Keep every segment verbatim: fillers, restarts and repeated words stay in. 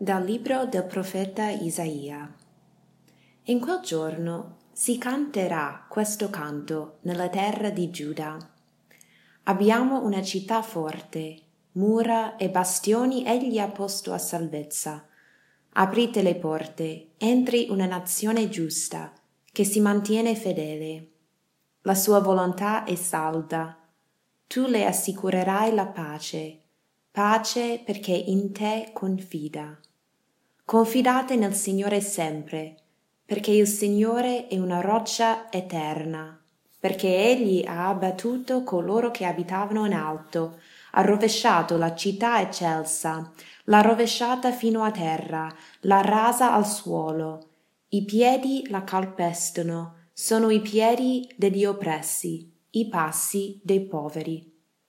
Dal libro del profeta Isaia. In quel giorno si canterà questo canto nella terra di Giuda. Abbiamo una città forte, mura e bastioni egli ha posto a salvezza. Aprite le porte, entri una nazione giusta, che si mantiene fedele. La sua volontà è salda. Tu le assicurerai la pace, pace perché in te confida. Confidate nel Signore sempre, perché il Signore è una roccia eterna, perché Egli ha abbattuto coloro che abitavano in alto, ha rovesciato la città eccelsa, l'ha rovesciata fino a terra, l'ha rasa al suolo. I piedi la calpestano, sono i piedi degli oppressi, i passi dei poveri.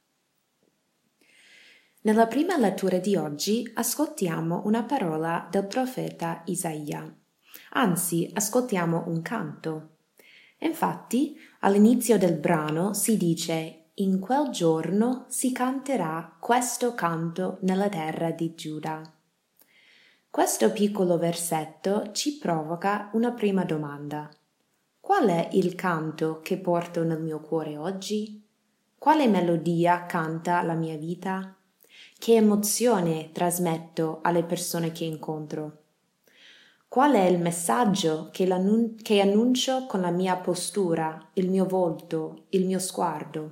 Nella prima lettura di oggi ascoltiamo una parola del profeta Isaia. Anzi, ascoltiamo un canto. Infatti, all'inizio del brano si dice: in quel giorno si canterà questo canto nella terra di Giuda. Questo piccolo versetto ci provoca una prima domanda. Qual è il canto che porto nel mio cuore oggi? Quale melodia canta la mia vita? Che emozione trasmetto alle persone che incontro? Qual è il messaggio che, che annuncio con la mia postura, il mio volto, il mio sguardo?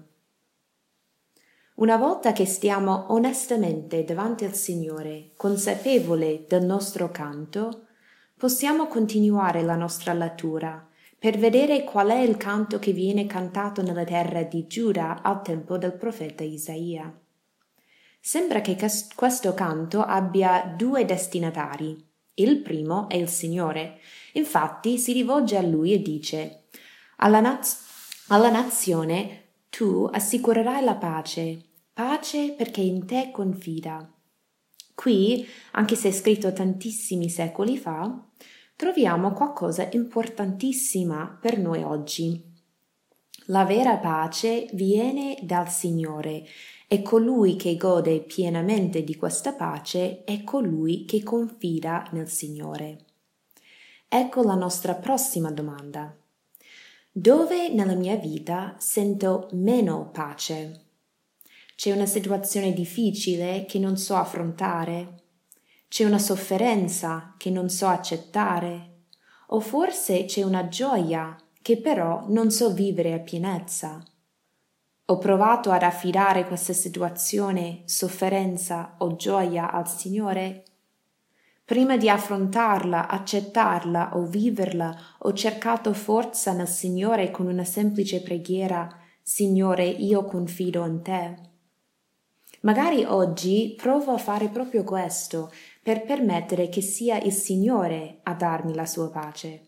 Una volta che stiamo onestamente davanti al Signore, consapevole del nostro canto, possiamo continuare la nostra lettura per vedere qual è il canto che viene cantato nella terra di Giuda al tempo del profeta Isaia. Sembra che questo canto abbia due destinatari. Il primo è il Signore. Infatti si rivolge a lui e dice: alla, naz- alla nazione tu assicurerai la pace, pace perché in te confida. Qui, anche se è scritto tantissimi secoli fa, troviamo qualcosa importantissima per noi oggi. La vera pace viene dal Signore e colui che gode pienamente di questa pace è colui che confida nel Signore. Ecco la nostra prossima domanda. Dove nella mia vita sento meno pace? C'è una situazione difficile che non so affrontare? C'è una sofferenza che non so accettare? O forse c'è una gioia che però non so vivere a pienezza? Ho provato ad affidare questa situazione, sofferenza o gioia al Signore? Prima di affrontarla, accettarla o viverla, ho cercato forza nel Signore con una semplice preghiera: Signore, io confido in te. Magari oggi provo a fare proprio questo per permettere che sia il Signore a darmi la sua pace.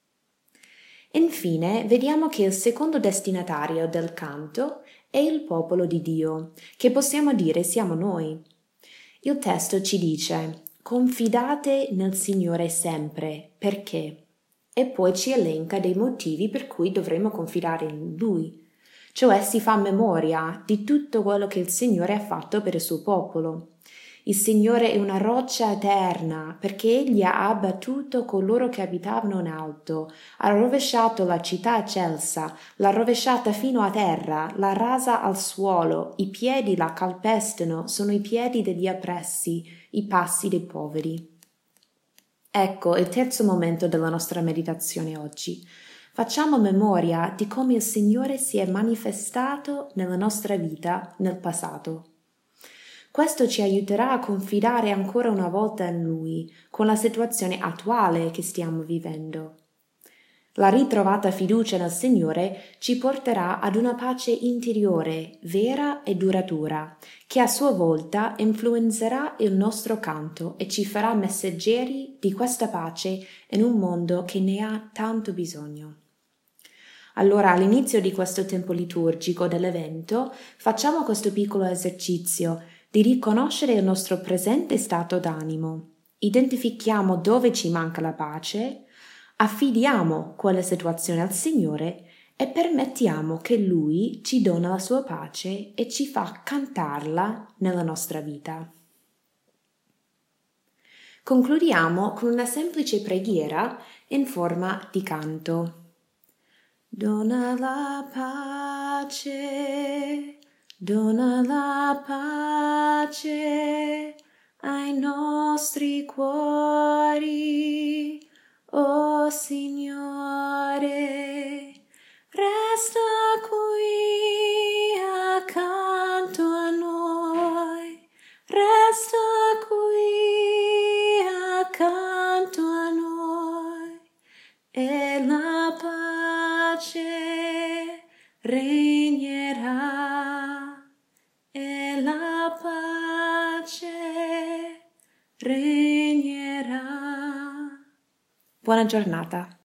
Infine, vediamo che il secondo destinatario del canto è il popolo di Dio, che possiamo dire siamo noi. Il testo ci dice: confidate nel Signore sempre, perché? E poi ci elenca dei motivi per cui dovremmo confidare in Lui, cioè si fa memoria di tutto quello che il Signore ha fatto per il suo popolo. Il Signore è una roccia eterna, perché Egli ha abbattuto coloro che abitavano in alto, ha rovesciato la città eccelsa, l'ha rovesciata fino a terra, l'ha rasa al suolo, i piedi la calpestano, sono i piedi degli oppressi, i passi dei poveri. Ecco il terzo momento della nostra meditazione oggi. Facciamo memoria di come il Signore si è manifestato nella nostra vita nel passato. Questo ci aiuterà a confidare ancora una volta in Lui, con la situazione attuale che stiamo vivendo. La ritrovata fiducia nel Signore ci porterà ad una pace interiore, vera e duratura, che a sua volta influenzerà il nostro canto e ci farà messaggeri di questa pace in un mondo che ne ha tanto bisogno. Allora, all'inizio di questo tempo liturgico dell'evento, facciamo questo piccolo esercizio di riconoscere il nostro presente stato d'animo, identifichiamo dove ci manca la pace, affidiamo quella situazione al Signore e permettiamo che Lui ci dona la sua pace e ci fa cantarla nella nostra vita. Concludiamo con una semplice preghiera in forma di canto. Dona la pace, dona la pace ai nostri cuori, o Signore. Resta qui accanto a noi, resta qui accanto a noi, e la pace regnerà, e la pace regnerà. Buona giornata.